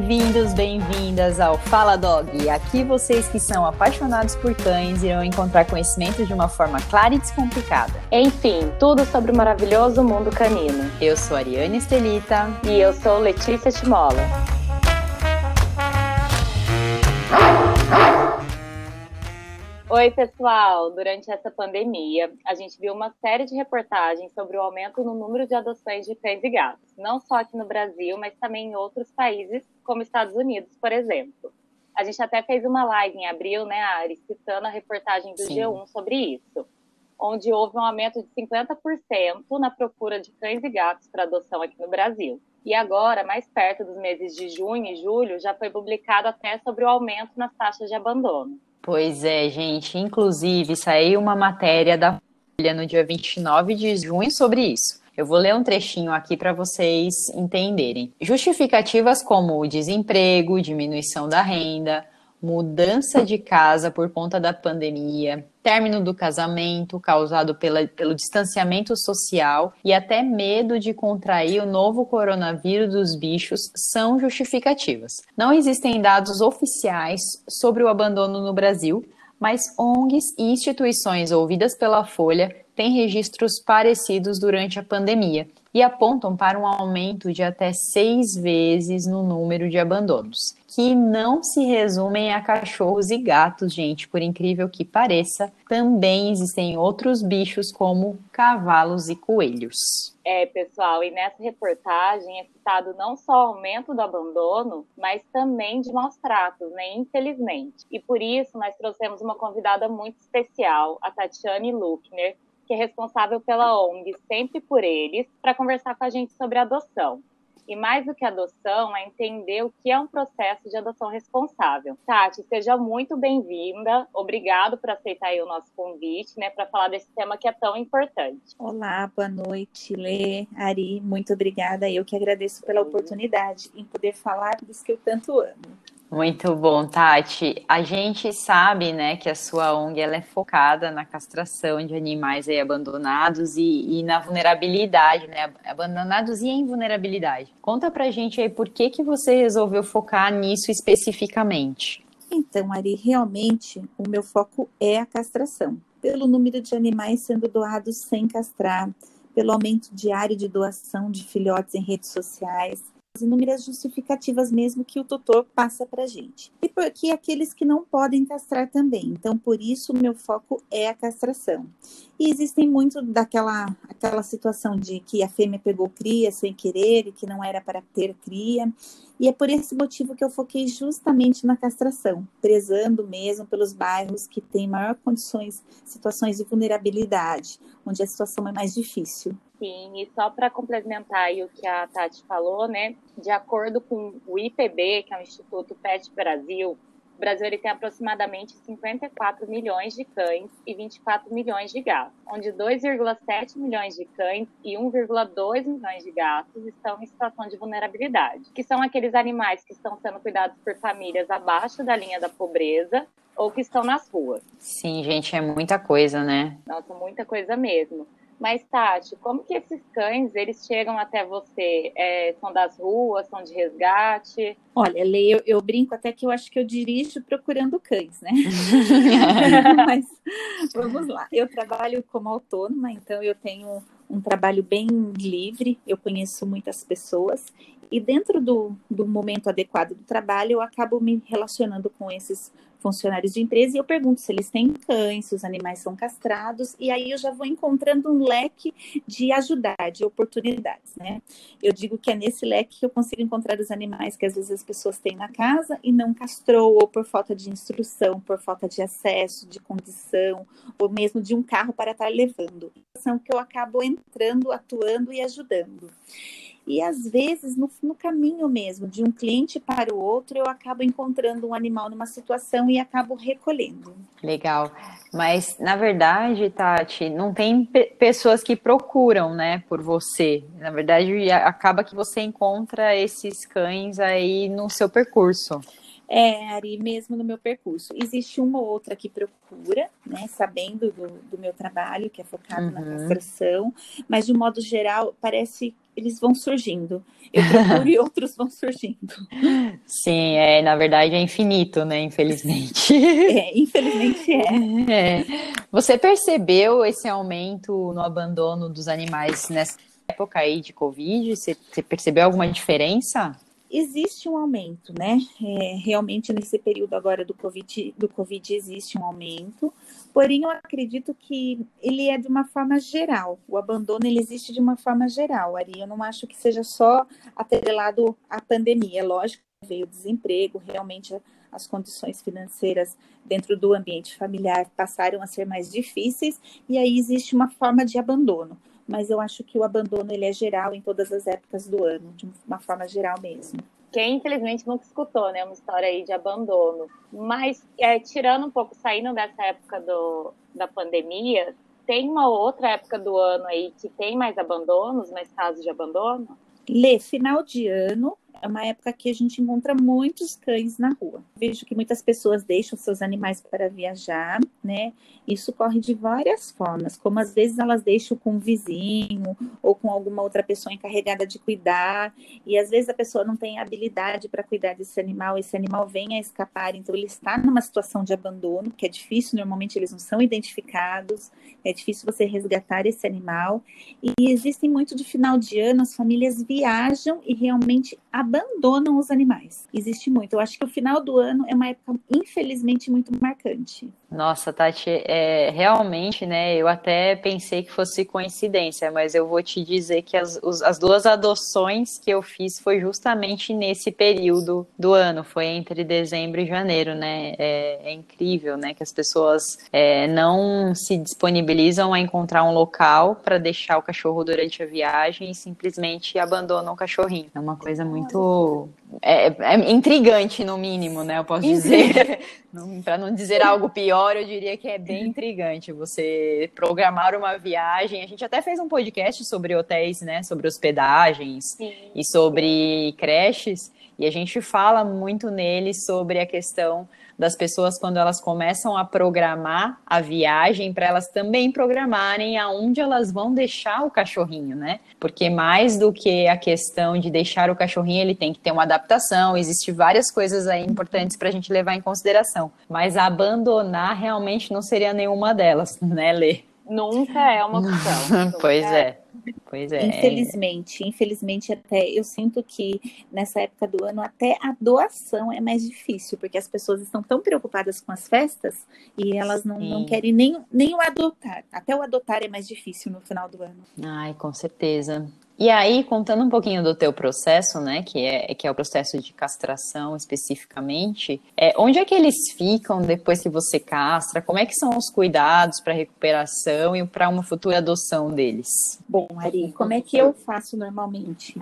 Bem-vindos, bem-vindas ao Fala Dog. Aqui vocês que são apaixonados por cães irão encontrar conhecimento de uma forma clara e descomplicada. Enfim, tudo sobre o maravilhoso mundo canino. Eu sou a Ariane Estelita. E eu sou Letícia Timola. Oi, pessoal! Durante essa pandemia, a gente viu uma série de reportagens sobre o aumento no número de adoções de cães e gatos, não só aqui no Brasil, mas também em outros países, como Estados Unidos, por exemplo. A gente até fez uma live em abril, né, Ari, citando a reportagem do Sim. G1 sobre isso, onde houve um aumento de 50% na procura de cães e gatos para adoção aqui no Brasil. E agora, mais perto dos meses de junho e julho, já foi publicado até sobre o aumento nas taxas de abandono. Pois é, gente. Inclusive, saiu uma matéria da Folha no dia 29 de junho sobre isso. Eu vou ler um trechinho aqui para vocês entenderem. Justificativas como o desemprego, diminuição da renda, mudança de casa por conta da pandemia, término do casamento causado pelo distanciamento social e até medo de contrair o novo coronavírus dos bichos são justificativas. Não existem dados oficiais sobre o abandono no Brasil, mas ONGs e instituições ouvidas pela Folha têm registros parecidos durante a pandemia e apontam para um aumento de até 6 vezes no número de abandonos, que não se resumem a cachorros e gatos, gente, por incrível que pareça, também existem outros bichos como cavalos e coelhos. Pessoal, e nessa reportagem é citado não só o aumento do abandono, mas também de maus tratos, né, infelizmente. E por isso nós trouxemos uma convidada muito especial, a Tatiane Luckner, que é responsável pela ONG Sempre por Eles, para conversar com a gente sobre adoção. E mais do que adoção, é entender o que é um processo de adoção responsável. Tati, seja muito bem-vinda. Obrigado por aceitar aí o nosso convite, né, para falar desse tema que é tão importante. Olá, boa noite, Lê, Ari, muito obrigada. Eu que agradeço pela oportunidade em poder falar disso que eu tanto amo. Muito bom, Tati. A gente sabe, né, que a sua ONG ela é focada na castração de animais aí abandonados e na vulnerabilidade, né, abandonados e em vulnerabilidade. Conta pra gente aí por que você resolveu focar nisso especificamente. Então, Ari, realmente o meu foco é a castração. Pelo número de animais sendo doados sem castrar, pelo aumento diário de doação de filhotes em redes sociais, as inúmeras justificativas mesmo que o tutor passa para a gente. E porque aqueles que não podem castrar também. Então, por isso, o meu foco é a castração. E existem muito aquela situação de que a fêmea pegou cria sem querer e que não era para ter cria. E é por esse motivo que eu foquei justamente na castração, prezando mesmo pelos bairros que têm maior situações de vulnerabilidade, onde a situação é mais difícil. Sim, e só para complementar aí o que a Tati falou, né, de acordo com o IPB, que é o Instituto Pet Brasil, o Brasil ele tem aproximadamente 54 milhões de cães e 24 milhões de gatos, onde 2,7 milhões de cães e 1,2 milhões de gatos estão em situação de vulnerabilidade, que são aqueles animais que estão sendo cuidados por famílias abaixo da linha da pobreza ou que estão nas ruas. Sim, gente, é muita coisa, né? Nossa, muita coisa mesmo. Mas, Tati, como que esses cães, eles chegam até você? São das ruas, são de resgate? Olha, Lê, eu brinco até que eu acho que eu dirijo procurando cães, né? Mas, vamos lá. Eu trabalho como autônoma, então eu tenho um trabalho bem livre, eu conheço muitas pessoas e dentro do momento adequado do trabalho eu acabo me relacionando com esses funcionários de empresa e eu pergunto se eles têm cães, se os animais são castrados e aí eu já vou encontrando um leque de ajudar, de oportunidades, né? Eu digo que é nesse leque que eu consigo encontrar os animais que às vezes as pessoas têm na casa e não castrou, ou por falta de instrução, por falta de acesso, de condição, ou mesmo de um carro para estar levando. São que eu acabo entrando, atuando e ajudando. E às vezes, no caminho mesmo, de um cliente para o outro, eu acabo encontrando um animal numa situação e acabo recolhendo. Legal. Mas, na verdade, Tati, não tem pessoas que procuram, né, por você. Na verdade, acaba que você encontra esses cães aí no seu percurso. Ari, mesmo no meu percurso. Existe uma ou outra que procura, né, sabendo do meu trabalho, que é focado na castração, mas de um modo geral, parece eles vão surgindo. Eu procuro e outros vão surgindo. Sim, na verdade é infinito, né? Infelizmente. Infelizmente é. Você percebeu esse aumento no abandono dos animais nessa época aí de Covid? Você percebeu alguma diferença? Existe um aumento, né? Realmente nesse período agora do COVID existe um aumento, porém eu acredito que ele é de uma forma geral, o abandono ele existe de uma forma geral, Ari, eu não acho que seja só atrelado à pandemia, lógico que veio o desemprego, realmente as condições financeiras dentro do ambiente familiar passaram a ser mais difíceis, e aí existe uma forma de abandono. Mas eu acho que o abandono ele é geral em todas as épocas do ano, de uma forma geral mesmo. Quem infelizmente nunca escutou, né, uma história aí de abandono. Mas tirando um pouco, saindo dessa época da pandemia, tem uma outra época do ano aí que tem mais abandonos, mais casos de abandono? Final de ano é uma época que a gente encontra muitos cães na rua. Vejo que muitas pessoas deixam seus animais para viajar, né? Isso ocorre de várias formas, como às vezes elas deixam com um vizinho ou com alguma outra pessoa encarregada de cuidar, e às vezes a pessoa não tem habilidade para cuidar desse animal, esse animal vem a escapar, então ele está numa situação de abandono, que é difícil, normalmente eles não são identificados, é difícil você resgatar esse animal, e existem muito de final de ano, as famílias viajam e realmente abandonam os animais. Existe muito. Eu acho que o final do ano é uma época, infelizmente, muito marcante. Nossa, Tati, realmente, né? Eu até pensei que fosse coincidência, mas eu vou te dizer que as duas adoções que eu fiz foi justamente nesse período do ano, foi entre dezembro e janeiro, né? É incrível, né? Que as pessoas não se disponibilizam a encontrar um local para deixar o cachorro durante a viagem e simplesmente abandonam o cachorrinho. É uma coisa muito intrigante, no mínimo, né? Eu posso dizer. Para não dizer algo pior, eu diria que é bem intrigante você programar uma viagem. A gente até fez um podcast sobre hotéis, né? Sobre hospedagens. Sim. E sobre creches. E a gente fala muito nele sobre a questão das pessoas quando elas começam a programar a viagem, para elas também programarem aonde elas vão deixar o cachorrinho, né? Porque mais do que a questão de deixar o cachorrinho, ele tem que ter uma adaptação, existem várias coisas aí importantes para a gente levar em consideração. Mas abandonar realmente não seria nenhuma delas, né, Lê? Nunca é uma opção. Pois é. Pois é. Infelizmente até eu sinto que nessa época do ano até a doação é mais difícil, porque as pessoas estão tão preocupadas com as festas e elas não querem nem o adotar. Até o adotar é mais difícil no final do ano. Ai, com certeza. E aí, contando um pouquinho do teu processo, né, que é o processo de castração especificamente, onde é que eles ficam depois que você castra? Como é que são os cuidados para recuperação e para uma futura adoção deles? Bom, Ari, como é que eu faço normalmente?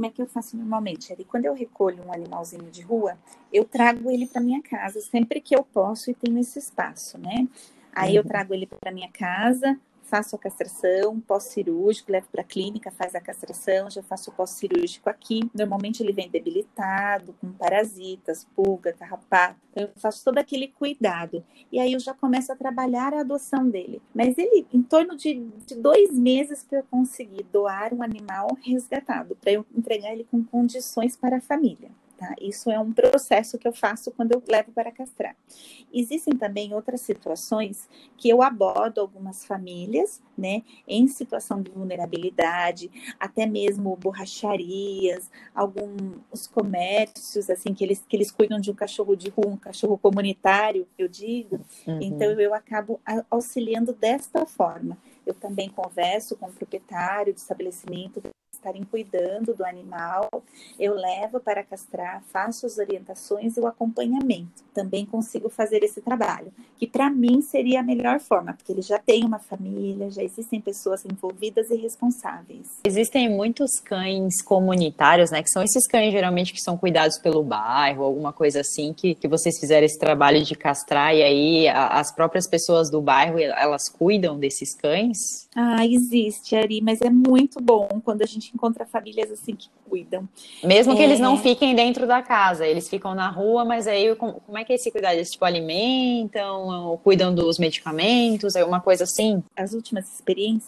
Ari? Quando eu recolho um animalzinho de rua, eu trago ele para minha casa sempre que eu posso e tenho esse espaço, né? Aí eu trago ele para minha casa, faço a castração, pós-cirúrgico, levo para a clínica, faz a castração, já faço o pós-cirúrgico aqui. Normalmente ele vem debilitado, com parasitas, pulga, carrapato. Então eu faço todo aquele cuidado. E aí eu já começo a trabalhar a adoção dele. Mas ele, em torno de 2 meses para eu conseguir doar um animal resgatado, para eu entregar ele com condições para a família. Tá? Isso é um processo que eu faço quando eu levo para castrar. Existem também outras situações que eu abordo algumas famílias, né, em situação de vulnerabilidade, até mesmo borracharias, alguns comércios, assim, que eles cuidam de um cachorro de rua, um cachorro comunitário, eu digo. Então, eu acabo auxiliando desta forma. Eu também converso com o proprietário do estabelecimento, estarem cuidando do animal, eu levo para castrar, faço as orientações e o acompanhamento. Também consigo fazer esse trabalho, que para mim seria a melhor forma, porque ele já tem uma família, já existem pessoas envolvidas e responsáveis. Existem muitos cães comunitários, né, que são esses cães geralmente que são cuidados pelo bairro, alguma coisa assim, que vocês fizeram esse trabalho de castrar e aí as próprias pessoas do bairro, elas cuidam desses cães? Existe, Ari, mas é muito bom quando a gente encontra famílias assim que cuidam. Mesmo que eles não fiquem dentro da casa, eles ficam na rua, mas aí como é que é esse cuidado? Eles tipo alimentam, cuidam dos medicamentos, é uma coisa assim? As últimas experiências,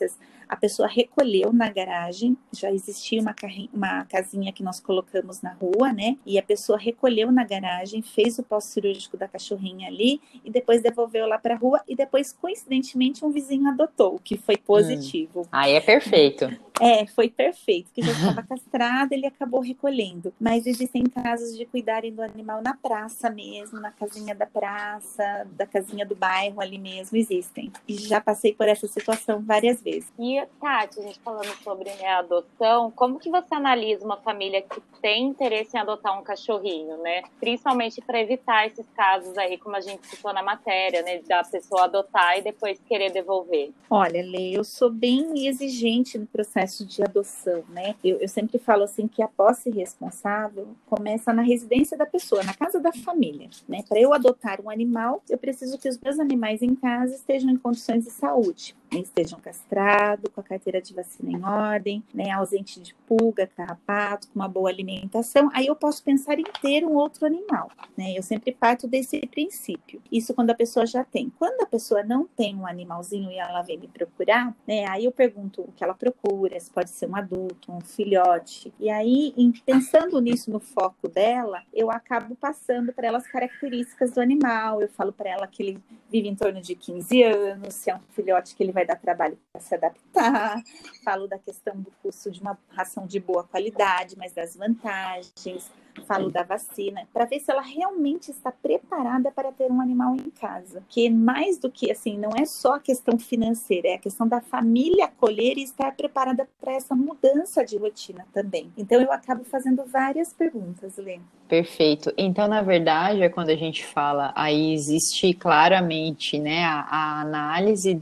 A pessoa recolheu na garagem, já existia uma casinha que nós colocamos na rua, né? E a pessoa recolheu na garagem, fez o pós-cirúrgico da cachorrinha ali e depois devolveu lá para a rua e depois, coincidentemente, um vizinho adotou, o que foi positivo. Aí é perfeito. Foi perfeito, porque já estava castrado, ele acabou recolhendo. Mas existem casos de cuidarem do animal na praça mesmo, na casinha da praça, da casinha do bairro ali mesmo, existem. E já passei por essa situação várias vezes. E, Tati, a gente falando sobre, né, a adoção, como que você analisa uma família que tem interesse em adotar um cachorrinho, né? Principalmente para evitar esses casos aí, como a gente citou na matéria, né, da pessoa adotar e depois querer devolver. Olha, Lê, eu sou bem exigente no processo de adoção, né? Eu sempre falo assim que a posse responsável começa na residência da pessoa, na casa da família, né? Para eu adotar um animal, eu preciso que os meus animais em casa estejam em condições de saúde, né? Estejam castrados, com a carteira de vacina em ordem, né? Ausente de pulga, carrapato, com uma boa alimentação. Aí eu posso pensar em ter um outro animal, né? Eu sempre parto desse princípio. Isso quando a pessoa já tem. Quando a pessoa não tem um animalzinho e ela vem me procurar, né? Aí eu pergunto o que ela procura, se pode ser um adulto, um filhote. E aí, pensando nisso no foco dela, eu acabo passando para ela as características do animal. Eu falo para ela que ele vive em torno de 15 anos, se é um filhote que ele vai dar trabalho para se adaptar. Falo da questão do custo de uma ração de boa qualidade, mas das vantagens. Falo da vacina, para ver se ela realmente está preparada para ter um animal em casa. Que mais do que, assim, não é só a questão financeira, é a questão da família acolher e estar preparada para essa mudança de rotina também. Então, eu acabo fazendo várias perguntas, Lê. Perfeito. Então, na verdade, quando a gente fala, aí existe claramente, né, a análise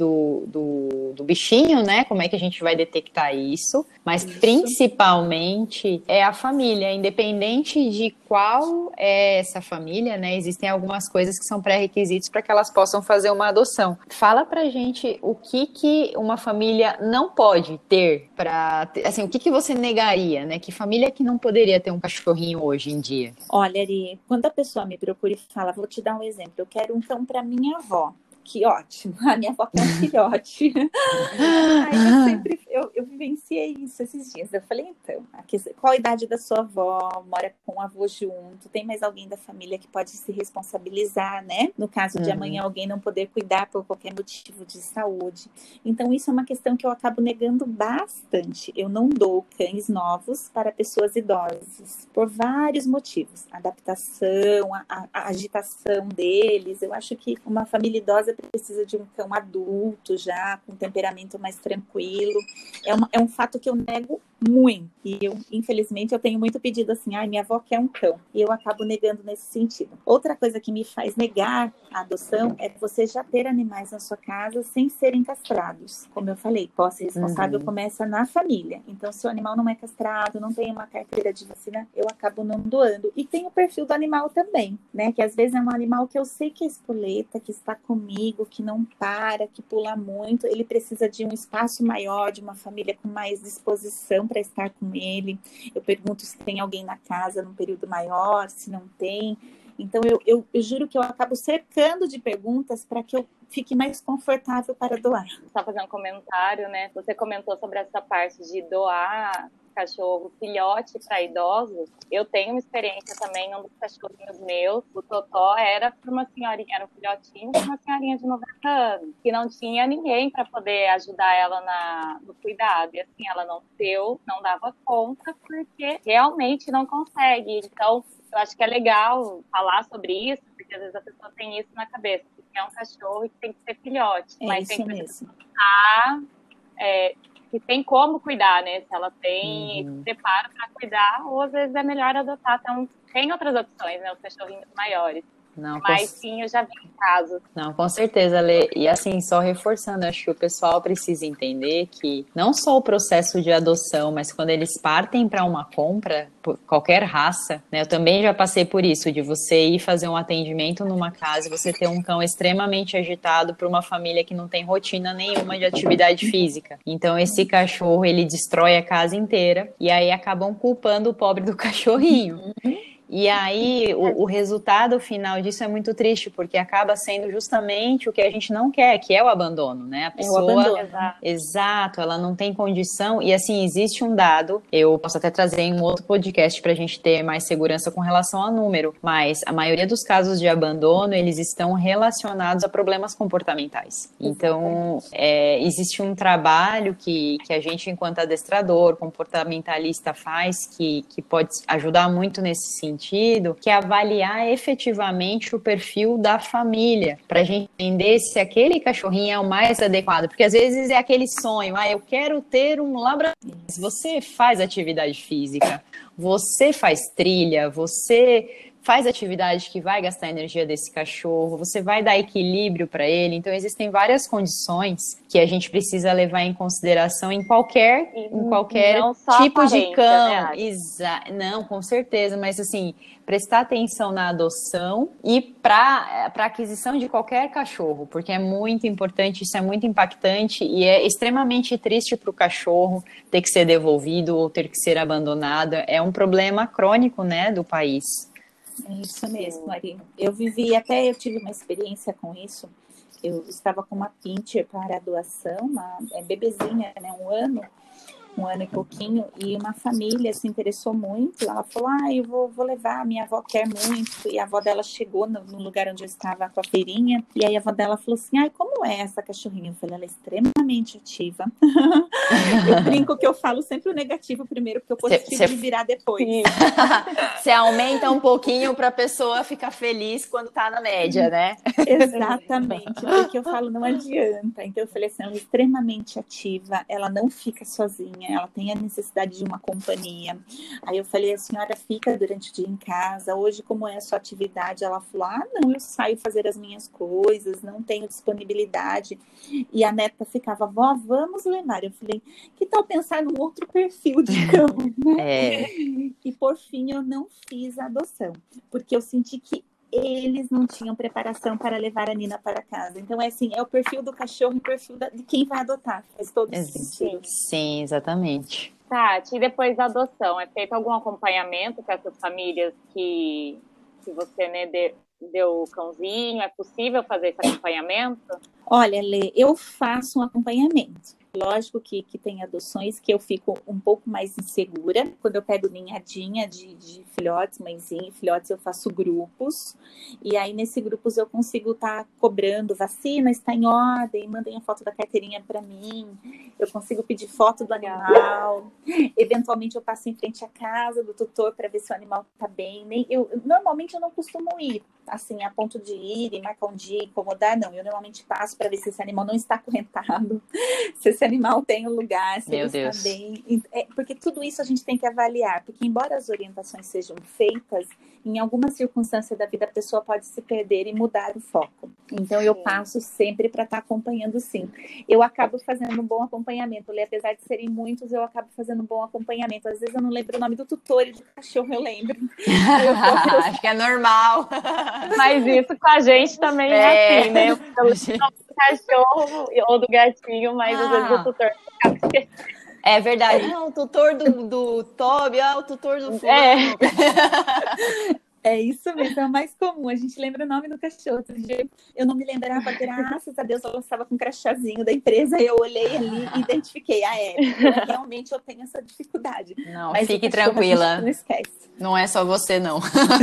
do bichinho, né, como é que a gente vai detectar isso, mas principalmente é a família, independente de qual é essa família, né, existem algumas coisas que são pré-requisitos para que elas possam fazer uma adoção. Fala pra gente o que uma família não pode ter assim, o que você negaria, né, que família que não poderia ter um cachorrinho hoje em dia? Olha, Ari, quando a pessoa me procura e fala, vou te dar um exemplo, eu quero um cão para minha avó. Que ótimo, a minha avó quer um filhote. Aí eu vivenciei isso esses dias. Eu falei, então, qual a idade da sua avó? Mora com o avô junto? Tem mais alguém da família que pode se responsabilizar, né? No caso de amanhã alguém não poder cuidar por qualquer motivo de saúde. Então, isso é uma questão que eu acabo negando bastante. Eu não dou cães novos para pessoas idosas, por vários motivos. A adaptação, a agitação deles. Eu acho que uma família idosa precisa de um cão adulto já, com temperamento mais tranquilo. É um fato que eu nego muito. E infelizmente, eu tenho muito pedido assim, minha avó quer um cão. E eu acabo negando nesse sentido. Outra coisa que me faz negar a adoção é você já ter animais na sua casa sem serem castrados. Como eu falei, posse responsável começa na família. Então, se o animal não é castrado, não tem uma carteira de vacina, eu acabo não doando. E tem o perfil do animal também, né? Que às vezes é um animal que eu sei que é espoleta, que está comigo, que não para, que pula muito. Ele precisa de um espaço maior, de uma família com mais disposição para estar com ele. Eu pergunto se tem alguém na casa num período maior, se não tem. Então, eu juro que eu acabo cercando de perguntas para que eu fique mais confortável para doar. Só fazer um comentário, né? Você comentou sobre essa parte de doar cachorro filhote para idosos. Eu tenho uma experiência também, um dos cachorrinhos meus, o Totó era para uma senhorinha, era um filhotinho de uma senhorinha de 90 anos, que não tinha ninguém para poder ajudar ela no cuidado. E assim, ela não dava conta, porque realmente não consegue. Então, eu acho que é legal falar sobre isso, porque às vezes a pessoa tem isso na cabeça, que é um cachorro e que tem que ser filhote. Mas tem que pensar que tem como cuidar, né? Se ela tem preparo para cuidar, ou às vezes é melhor adotar. Então, tem outras opções, né? Os cachorrinhos maiores. Não, mas sim, eu já vi casos. Não, com certeza, Lê. E assim, só reforçando, acho que o pessoal precisa entender que não só o processo de adoção, mas quando eles partem para uma compra, por qualquer raça, né? Eu também já passei por isso, de você ir fazer um atendimento numa casa e você ter um cão extremamente agitado para uma família que não tem rotina nenhuma de atividade física. Então, esse cachorro, ele destrói a casa inteira e aí acabam culpando o pobre do cachorrinho. E aí, o resultado final disso é muito triste, porque acaba sendo justamente o que a gente não quer, que é o abandono, né? A pessoa, o abandono. Exato, ela não tem condição. E assim, existe um dado, eu posso até trazer em um outro podcast para a gente ter mais segurança com relação a número, mas a maioria dos casos de abandono, eles estão relacionados a problemas comportamentais. Então, existe um trabalho que a gente, enquanto adestrador, comportamentalista, faz, que pode ajudar muito nesse sentido, que é avaliar efetivamente o perfil da família, para a gente entender se aquele cachorrinho é o mais adequado, porque às vezes é aquele sonho, eu quero ter um labrador. Você faz atividade física, você faz trilha, você faz atividade que vai gastar a energia desse cachorro, você vai dar equilíbrio para ele. Então, existem várias condições que a gente precisa levar em consideração em qualquer tipo de cão. Né? Não, com certeza, mas assim, prestar atenção na adoção e para aquisição de qualquer cachorro, porque é muito importante, isso é muito impactante e é extremamente triste para o cachorro ter que ser devolvido ou ter que ser abandonado. É um problema crônico, né, do país. É isso mesmo, Ari. Eu tive uma experiência com isso. Eu estava com uma pincher para doação, uma bebezinha, né, um ano e pouquinho, e uma família se interessou muito. Ela falou, eu vou levar, minha avó quer muito. E a avó dela chegou no lugar onde eu estava com a feirinha, e aí a avó dela falou assim, como é essa cachorrinha? Eu falei, ela é extremamente ativa. Eu brinco que eu falo sempre o negativo primeiro, porque o positivo me virar depois. Você aumenta um pouquinho para a pessoa ficar feliz quando tá na média, né? Exatamente, porque eu falo, não adianta. Então eu falei assim, ela é extremamente ativa, ela não fica sozinha, ela tem a necessidade de uma companhia. Aí eu falei, a senhora fica durante o dia em casa, hoje como é a sua atividade? Ela falou, não, eu saio fazer as minhas coisas, não tenho disponibilidade. E a neta ficava, vó, vamos levar. Eu falei, que tal pensar num outro perfil de cão, né? E por fim eu não fiz a adoção, porque eu senti que eles não tinham preparação para levar a Nina para casa. Então, é o perfil do cachorro e o perfil de quem vai adotar. Faz todo sentido. Sim, exatamente. Tati, e depois da adoção, é feito algum acompanhamento com essas famílias que você, né, deu o cãozinho? É possível fazer esse acompanhamento? Olha, Lê, eu faço um acompanhamento. Lógico que tem adoções que eu fico um pouco mais insegura. Quando eu pego ninhadinha de filhotes, mãezinha e filhotes, eu faço grupos. E aí, nesses grupos, eu consigo estar cobrando vacina, está em ordem, mandem a foto da carteirinha para mim. Eu consigo pedir foto do animal. Eventualmente, eu passo em frente à casa do tutor para ver se o animal está bem. Normalmente, eu não costumo ir, assim, a ponto de ir e marcar um dia, incomodar, não. Eu normalmente passo para ver se esse animal não está acorrentado, se esse animal tem um lugar, se ele está bem. Porque tudo isso a gente tem que avaliar, porque embora as orientações sejam feitas, em alguma circunstância da vida a pessoa pode se perder e mudar o foco. Então eu passo sempre para estar acompanhando, sim. Eu acabo fazendo um bom acompanhamento, apesar de serem muitos, eu acabo fazendo um bom acompanhamento. Às vezes eu não lembro o nome do tutor e do cachorro, eu lembro. Acho que é normal. Mas isso com a gente também é assim, né? Do cachorro ou do gatinho, mas às vezes o tutor é verdade. Não, o tutor do Toby, o tutor do fulano. É isso mesmo, é o mais comum. A gente lembra o nome do cachorro. Outro dia eu não me lembrava, graças a Deus, ela estava com um crachazinho da empresa. Eu olhei ali e identifiquei. Realmente eu tenho essa dificuldade. Não, mas fique tranquila. Não esquece. Não é só você, não.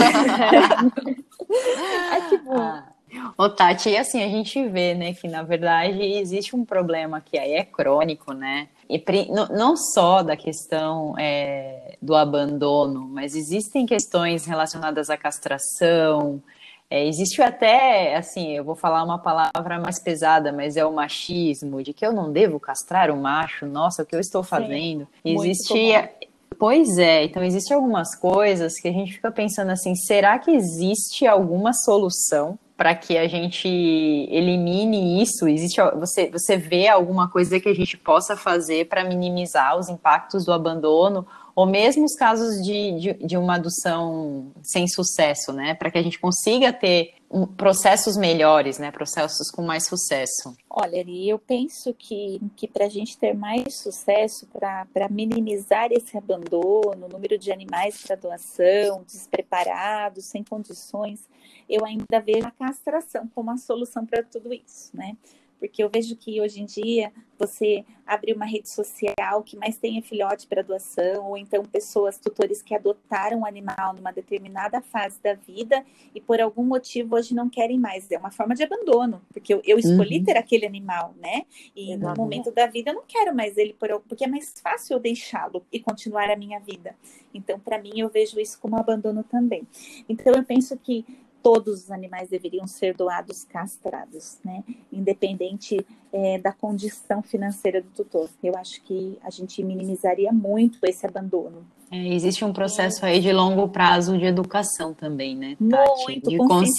Ai, que bom. Ô, Tati, e assim, a gente vê, né, que na verdade existe um problema que aí é crônico, né? E não só da questão do abandono, mas existem questões relacionadas à castração. Existe até, assim, eu vou falar uma palavra mais pesada, mas é o machismo, de que eu não devo castrar o macho, nossa, o que eu estou fazendo? Pois é, então existem algumas coisas que a gente fica pensando assim, será que existe alguma solução para que a gente elimine isso? Você vê alguma coisa que a gente possa fazer para minimizar os impactos do abandono, ou mesmo os casos de uma adoção sem sucesso, né? Para que a gente consiga ter processos melhores, né? Processos com mais sucesso. Olha, Ari, eu penso que para a gente ter mais sucesso, para minimizar esse abandono, o número de animais para doação, despreparados, sem condições, eu ainda vejo a castração como a solução para tudo isso, né? Porque eu vejo que hoje em dia você abre uma rede social que mais tenha filhote para doação, ou então pessoas, tutores que adotaram um animal numa determinada fase da vida e por algum motivo hoje não querem mais. É uma forma de abandono, porque eu escolhi ter aquele animal, né? E no momento da vida eu não quero mais ele, porque é mais fácil eu deixá-lo e continuar a minha vida. Então, para mim, eu vejo isso como abandono também. Então, eu penso que todos os animais deveriam ser doados castrados, né? Independente da condição financeira do tutor. Eu acho que a gente minimizaria muito esse abandono. Existe um processo aí de longo prazo de educação também, né, Tati? Muito, De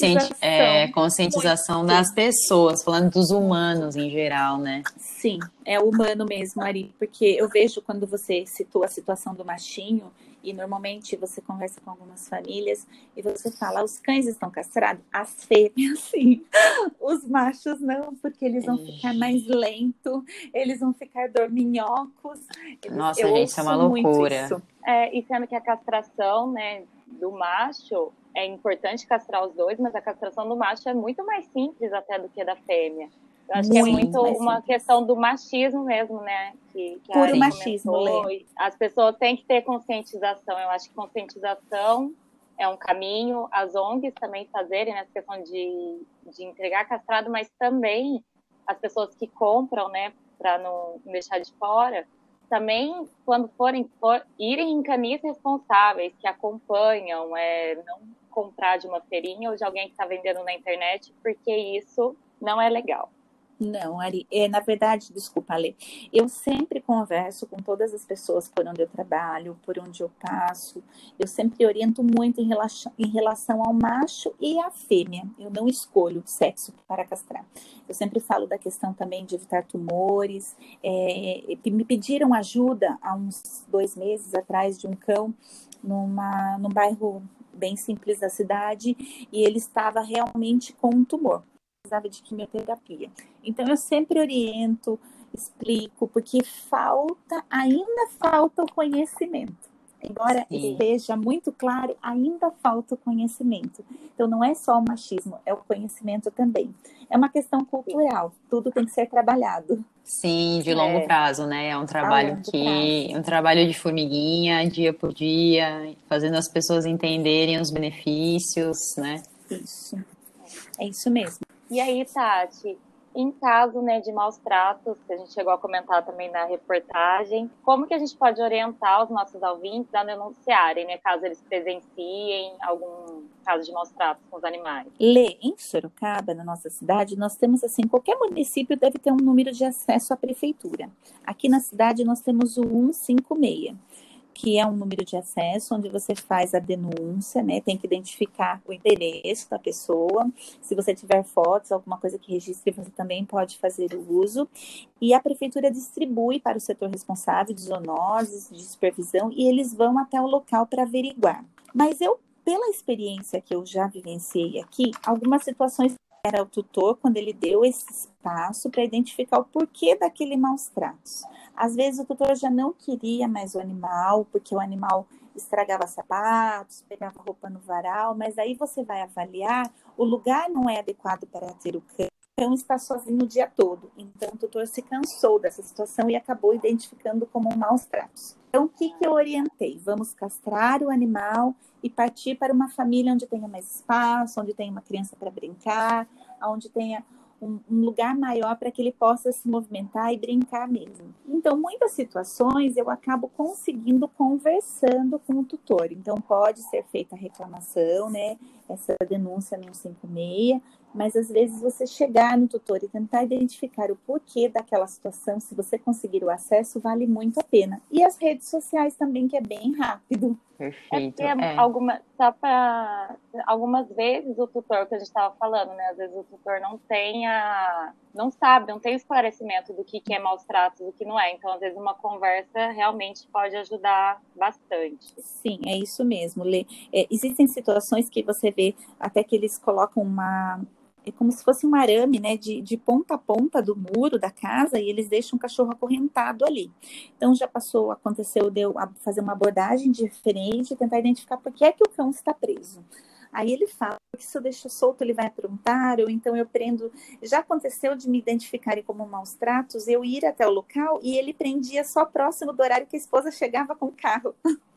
conscientização muito. Das pessoas, falando dos humanos em geral, né? Sim, é humano mesmo, Ari, porque eu vejo quando você citou a situação do machinho, e normalmente você conversa com algumas famílias e você fala, os cães estão castrados? As fêmeas, sim. Os machos não, porque eles vão ficar mais lentos, eles vão ficar dorminhocos. Nossa, gente, isso é uma loucura. E sendo que a castração, né, do macho, é importante castrar os dois, mas a castração do macho é muito mais simples até do que a da fêmea. Eu acho que é muito uma questão do machismo mesmo, né? Que puro machismo, Lê. As pessoas têm que ter conscientização. Eu acho que conscientização é um caminho. As ONGs também fazerem essa questão de entregar castrado, mas também as pessoas que compram, né? Para não deixar de fora. Também, quando irem em canis responsáveis, que acompanham, não comprar de uma feirinha ou de alguém que está vendendo na internet, porque isso não é legal. Não, Ari, na verdade, desculpa, Alê, eu sempre converso com todas as pessoas por onde eu trabalho, por onde eu passo, eu sempre oriento muito em relação ao macho e à fêmea, eu não escolho sexo para castrar. Eu sempre falo da questão também de evitar tumores, me pediram ajuda há uns 2 meses atrás de um cão num bairro bem simples da cidade e ele estava realmente com um tumor. Precisava de quimioterapia. Então, eu sempre oriento, explico, porque ainda falta o conhecimento. Embora esteja muito claro, ainda falta o conhecimento. Então, não é só o machismo, é o conhecimento também. É uma questão cultural, tudo tem que ser trabalhado. Sim, de longo prazo, né? É um trabalho um trabalho de formiguinha, dia por dia, fazendo as pessoas entenderem os benefícios, né? Isso, é isso mesmo. E aí, Tati, em caso, né, de maus tratos, que a gente chegou a comentar também na reportagem, como que a gente pode orientar os nossos ouvintes a denunciarem, né, caso eles presenciem algum caso de maus tratos com os animais? Lê, em Sorocaba, na nossa cidade, nós temos assim, qualquer município deve ter um número de acesso à prefeitura. Aqui na cidade nós temos o 156. Que é um número de acesso, onde você faz a denúncia, né? Tem que identificar o endereço da pessoa. Se você tiver fotos, alguma coisa que registre, você também pode fazer o uso. E a prefeitura distribui para o setor responsável de zoonoses, de supervisão, e eles vão até o local para averiguar. Mas pela experiência que eu já vivenciei aqui, algumas situações era o tutor quando ele deu esse espaço para identificar o porquê daquele maus tratos. Às vezes o tutor já não queria mais o animal, porque o animal estragava sapatos, pegava roupa no varal, mas aí você vai avaliar, o lugar não é adequado para ter o cão, o cão está sozinho o dia todo. Então o tutor se cansou dessa situação e acabou identificando como maus tratos. Então o que eu orientei? Vamos castrar o animal e partir para uma família onde tenha mais espaço, onde tenha uma criança para brincar, onde tenha um lugar maior para que ele possa se movimentar e brincar mesmo. Então, muitas situações eu acabo conseguindo conversando com o tutor. Então, pode ser feita a reclamação, né? Essa denúncia no 156, mas às vezes você chegar no tutor e tentar identificar o porquê daquela situação, se você conseguir o acesso, vale muito a pena. E as redes sociais também, que é bem rápido. Perfeito. Algumas vezes o tutor, que a gente estava falando, né? Às vezes o tutor não tem não sabe, não tem esclarecimento do que é maus tratos, do que não é. Então, às vezes, uma conversa realmente pode ajudar bastante. Sim, é isso mesmo, Lê. Existem situações que você vê até que eles colocam é como se fosse um arame, né, de ponta a ponta do muro da casa, e eles deixam o cachorro acorrentado ali. Então aconteceu de eu fazer uma abordagem diferente, tentar identificar por que é que o cão está preso. Aí ele fala que se eu deixo solto ele vai aprontar, ou então eu prendo. Já aconteceu de me identificarem como maus tratos, eu ir até o local e ele prendia só próximo do horário que a esposa chegava com o carro.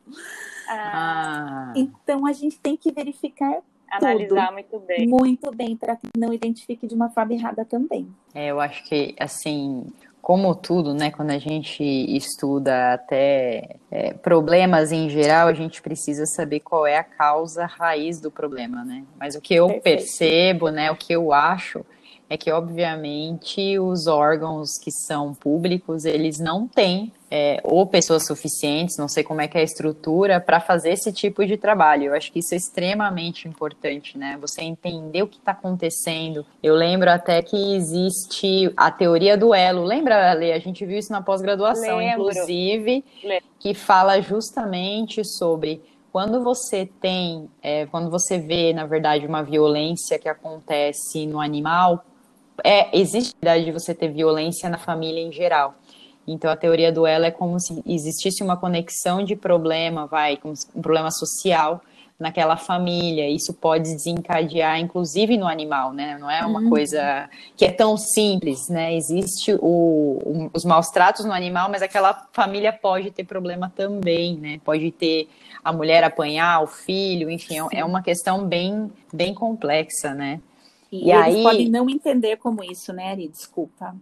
Então a gente tem que verificar analisar muito bem, para que não identifique de uma forma errada também. Eu acho que, assim, como tudo, né, quando a gente estuda até problemas em geral, a gente precisa saber qual é a causa raiz do problema, né? Mas o que eu percebo, né, o que eu acho é que, obviamente, os órgãos que são públicos, eles não têm ou pessoas suficientes, não sei como é que é a estrutura, para fazer esse tipo de trabalho. Eu acho que isso é extremamente importante, né? Você entender o que está acontecendo. Eu lembro até que existe a teoria do elo. Lembra, Lê? A gente viu isso na pós-graduação, inclusive, que fala justamente sobre quando você quando você vê, na verdade, uma violência que acontece no animal, existe a possibilidade de você ter violência na família em geral. Então, a teoria do elo é como se existisse uma conexão de problema, um problema social naquela família. Isso pode desencadear, inclusive no animal, né? Não é uma coisa que é tão simples, né? Existe os maus tratos no animal, mas aquela família pode ter problema também, né? Pode ter a mulher apanhar, o filho, enfim, é uma questão bem, bem complexa, né? E eles podem não entender como isso, né, Ari? Desculpa.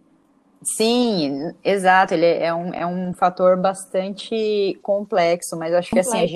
Sim, exato, ele é um fator bastante complexo, mas eu acho que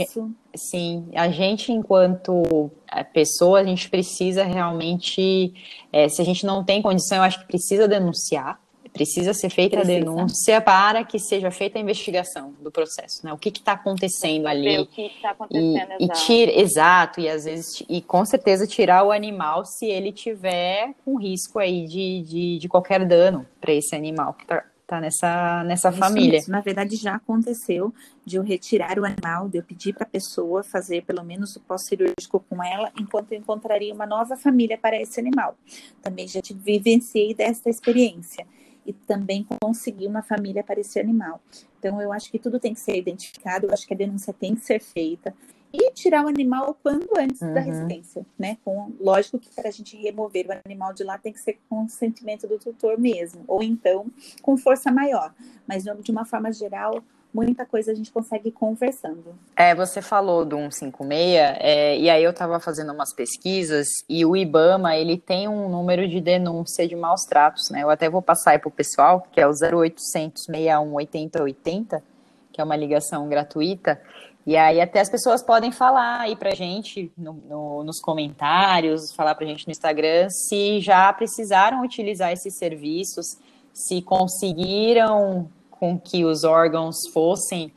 assim, a gente enquanto pessoa, a gente precisa realmente, se a gente não tem condição, eu acho que precisa denunciar, precisa ser feita a denúncia para que seja feita a investigação do processo, né? O que está acontecendo ali. O que está acontecendo, exato, e às vezes, e com certeza tirar o animal se ele tiver com risco aí de qualquer dano para esse animal que tá nessa família. Mesmo. Na verdade, já aconteceu de eu retirar o animal, de eu pedir para a pessoa fazer pelo menos o pós-cirúrgico com ela, enquanto eu encontraria uma nova família para esse animal. Também já vivenciei desta experiência. E também conseguir uma família para esse animal. Então, eu acho que tudo tem que ser identificado, eu acho que a denúncia tem que ser feita. E tirar o animal o quanto antes da residência, né? Lógico que para a gente remover o animal de lá tem que ser com consentimento do tutor mesmo, ou então com força maior. Mas de uma forma geral, muita coisa a gente consegue conversando. Você falou do 156, e aí eu estava fazendo umas pesquisas, e o IBAMA, ele tem um número de denúncia de maus tratos, né? Eu até vou passar aí para o pessoal, que é o 0800 61 80 80, que é uma ligação gratuita, e aí até as pessoas podem falar aí pra gente nos comentários, falar pra gente no Instagram, se já precisaram utilizar esses serviços, se conseguiram com que os órgãos fossem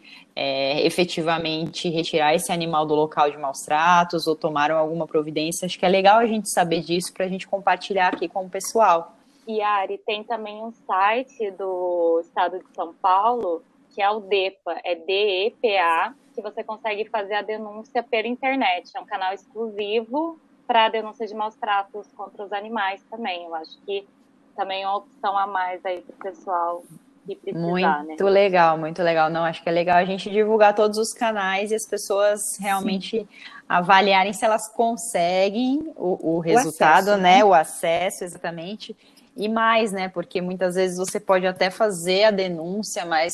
efetivamente retirar esse animal do local de maus tratos ou tomaram alguma providência. Acho que é legal a gente saber disso para a gente compartilhar aqui com o pessoal. E, Ari, tem também um site do estado de São Paulo, que é o DEPA, é DEPA, que você consegue fazer a denúncia pela internet. É um canal exclusivo para a denúncia de maus tratos contra os animais também. Eu acho que também é uma opção a mais aí para o pessoal que precisar, muito legal, muito legal. Não, acho que é legal a gente divulgar todos os canais e as pessoas realmente avaliarem se elas conseguem o resultado, acesso, né? O acesso, exatamente. E mais, né? Porque muitas vezes você pode até fazer a denúncia, mas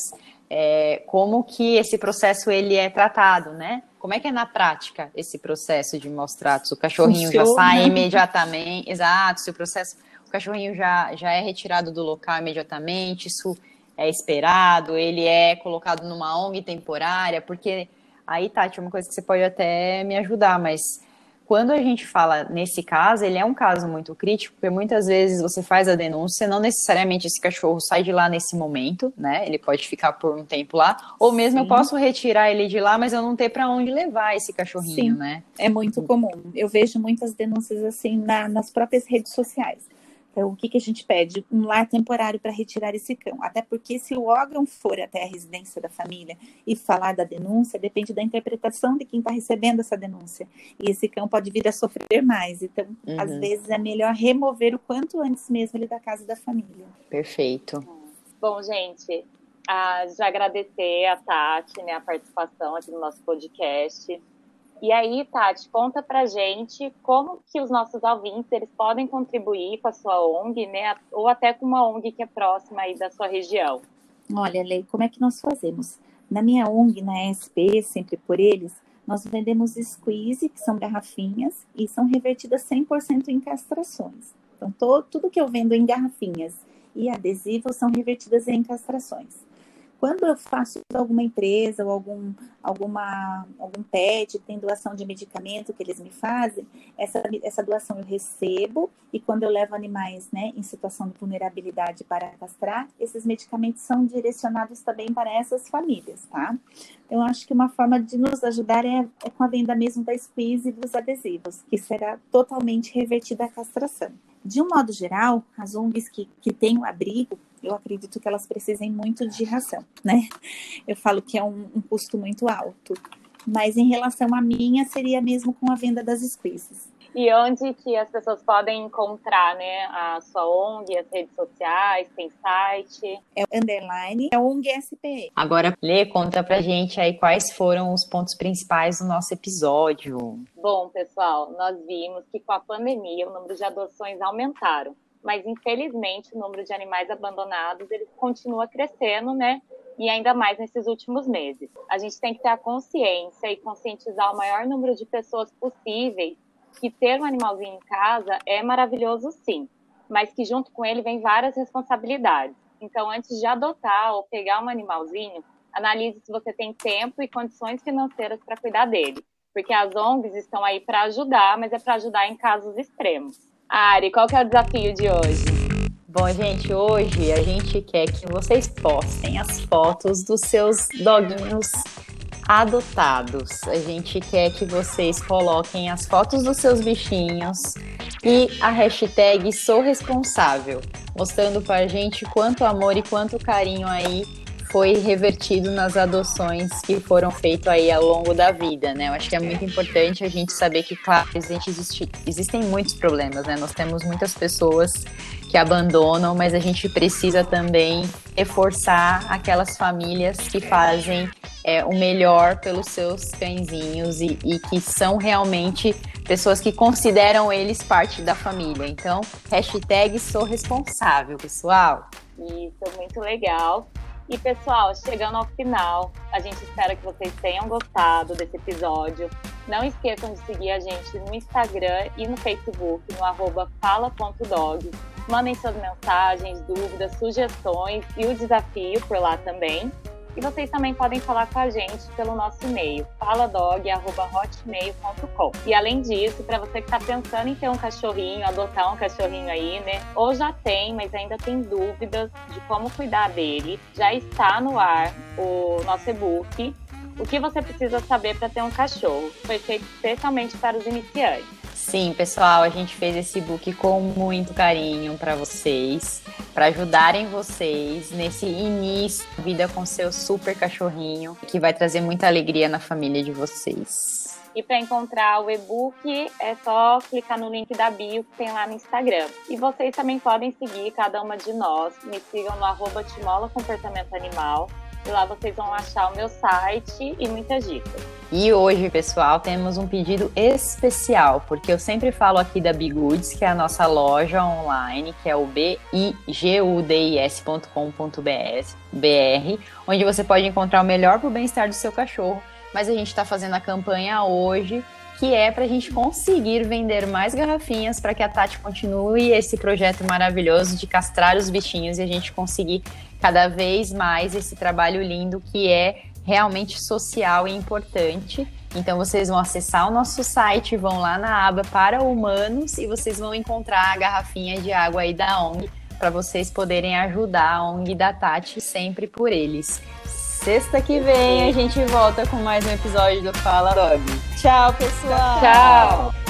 como que esse processo ele é tratado, né? Como é que é na prática esse processo de maus tratos? O cachorrinho já sai imediatamente, exato, se o cachorrinho já é retirado do local imediatamente, isso é esperado, ele é colocado numa ONG temporária, porque aí, Tati, uma coisa que você pode até me ajudar, mas quando a gente fala nesse caso, ele é um caso muito crítico, porque muitas vezes você faz a denúncia, não necessariamente esse cachorro sai de lá nesse momento, né? Ele pode ficar por um tempo lá, ou mesmo eu posso retirar ele de lá, mas eu não ter para onde levar esse cachorrinho, né? É muito comum. Eu vejo muitas denúncias assim nas próprias redes sociais. Então, o que a gente pede? Um lar temporário para retirar esse cão. Até porque se o órgão for até a residência da família e falar da denúncia, depende da interpretação de quem está recebendo essa denúncia. E esse cão pode vir a sofrer mais. Então, às vezes, é melhor remover o quanto antes mesmo ele da casa da família. Perfeito. Bom, gente, já agradecer a Tati, né, a participação aqui no nosso podcast. E aí, Tati, conta pra gente como que os nossos ouvintes, eles podem contribuir com a sua ONG, né? Ou até com uma ONG que é próxima aí da sua região. Olha, Lei, como é que nós fazemos? Na minha ONG, na ESP, Sempre por Eles, nós vendemos squeeze, que são garrafinhas, e são revertidas 100% em castrações. Então, tudo que eu vendo em garrafinhas e adesivos são revertidas em castrações. Quando eu faço alguma empresa ou algum pet, tem doação de medicamento que eles me fazem, essa doação eu recebo, e quando eu levo animais, né, em situação de vulnerabilidade para castrar, esses medicamentos são direcionados também para essas famílias, tá? Então, eu acho que uma forma de nos ajudar é com a venda mesmo da squeeze e dos adesivos, que será totalmente revertida a castração. De um modo geral, as ONGs que têm o abrigo, eu acredito que elas precisem muito de ração, né? Eu falo que é um custo muito alto. Mas em relação à minha, seria mesmo com a venda das squeezes. E onde que as pessoas podem encontrar, né, a sua ONG, as redes sociais, tem site? É underline, é ONG SPE. Agora, Lê, conta pra gente aí quais foram os pontos principais do nosso episódio. Bom, pessoal, nós vimos que com a pandemia o número de adoções aumentaram, mas infelizmente o número de animais abandonados ele continua crescendo, né? E ainda mais nesses últimos meses. A gente tem que ter a consciência e conscientizar o maior número de pessoas possíveis que ter um animalzinho em casa é maravilhoso sim, mas que junto com ele vem várias responsabilidades. Então, antes de adotar ou pegar um animalzinho, analise se você tem tempo e condições financeiras para cuidar dele, porque as ONGs estão aí para ajudar, mas é para ajudar em casos extremos. Ari, qual que é o desafio de hoje? Bom, gente, hoje a gente quer que vocês postem as fotos dos seus doguinhos adotados. A gente quer que vocês coloquem as fotos dos seus bichinhos e a hashtag sou responsável, mostrando pra gente quanto amor e quanto carinho aí foi revertido nas adoções que foram feitas aí ao longo da vida, né? Eu acho que é muito importante a gente saber que, claro, existem muitos problemas, né? Nós temos muitas pessoas que abandonam, mas a gente precisa também reforçar aquelas famílias que fazem o melhor pelos seus cãezinhos e que são realmente pessoas que consideram eles parte da família. Então, hashtag sou responsável, pessoal. Isso, muito legal. E, pessoal, chegando ao final, a gente espera que vocês tenham gostado desse episódio. Não esqueçam de seguir a gente no Instagram e no Facebook, no @fala.dog. Mandem suas mensagens, dúvidas, sugestões e o desafio por lá também. E vocês também podem falar com a gente pelo nosso e-mail, faladog@hotmail.com. E além disso, para você que está pensando em ter um cachorrinho, adotar um cachorrinho aí, né? Ou já tem, mas ainda tem dúvidas de como cuidar dele, já está no ar o nosso e-book, O que você precisa saber para ter um cachorro. Foi feito especialmente para os iniciantes. Sim, pessoal, a gente fez esse book com muito carinho para vocês, para ajudarem vocês nesse início de vida com seu super cachorrinho, que vai trazer muita alegria na família de vocês. E para encontrar o e-book, é só clicar no link da bio que tem lá no Instagram. E vocês também podem seguir cada uma de nós. Me sigam no @timolacomportamentoanimal. E lá vocês vão achar o meu site e muitas dicas. E hoje, pessoal, temos um pedido especial, porque eu sempre falo aqui da Bigoods, que é a nossa loja online, que é o bigudis.com.br, onde você pode encontrar o melhor para o bem-estar do seu cachorro. Mas a gente está fazendo a campanha hoje, que é para a gente conseguir vender mais garrafinhas para que a Tati continue esse projeto maravilhoso de castrar os bichinhos e a gente conseguir cada vez mais esse trabalho lindo que é realmente social e importante. Então vocês vão acessar o nosso site, vão lá na aba para humanos e vocês vão encontrar a garrafinha de água aí da ONG para vocês poderem ajudar a ONG da Tati sempre por eles. Sexta que vem a gente volta com mais um episódio do Fala Dog. Tchau, pessoal! Tchau!